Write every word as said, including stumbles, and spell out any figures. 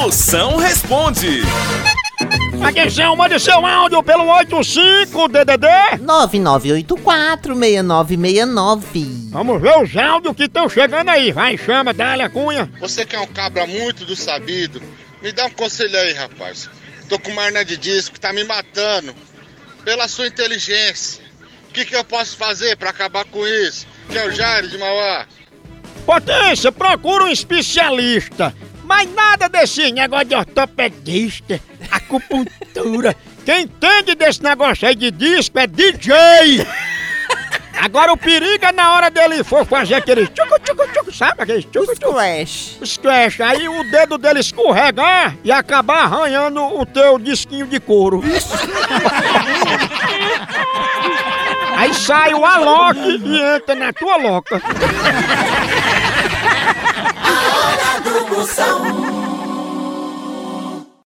Moção responde. Atenção, mande seu áudio pelo oito cinco D D D nove nove oito quatro, seis nove seis nove. Vamos ver os áudios que estão chegando aí. Vai, chama, dá-lhe a cunha. Você que é um cabra muito do sabido, me dá um conselho aí, rapaz. Tô com uma hernia de disco que tá me matando. Pela sua inteligência, o que, que eu posso fazer pra acabar com isso? Que é o Jairo de Mauá. Potência, procura um especialista. Mas nada desse negócio de ortopedista, acupuntura. Quem entende desse negócio aí de disco é D J. Agora o perigo é na hora dele for fazer aquele tchucu tchucu tchucu, sabe aquele tchucu tchucu? Squash. Squash. Aí o dedo dele escorregar e acabar arranhando o teu disquinho de couro. Aí sai o Alok e entra na tua loca. A hora do Moção.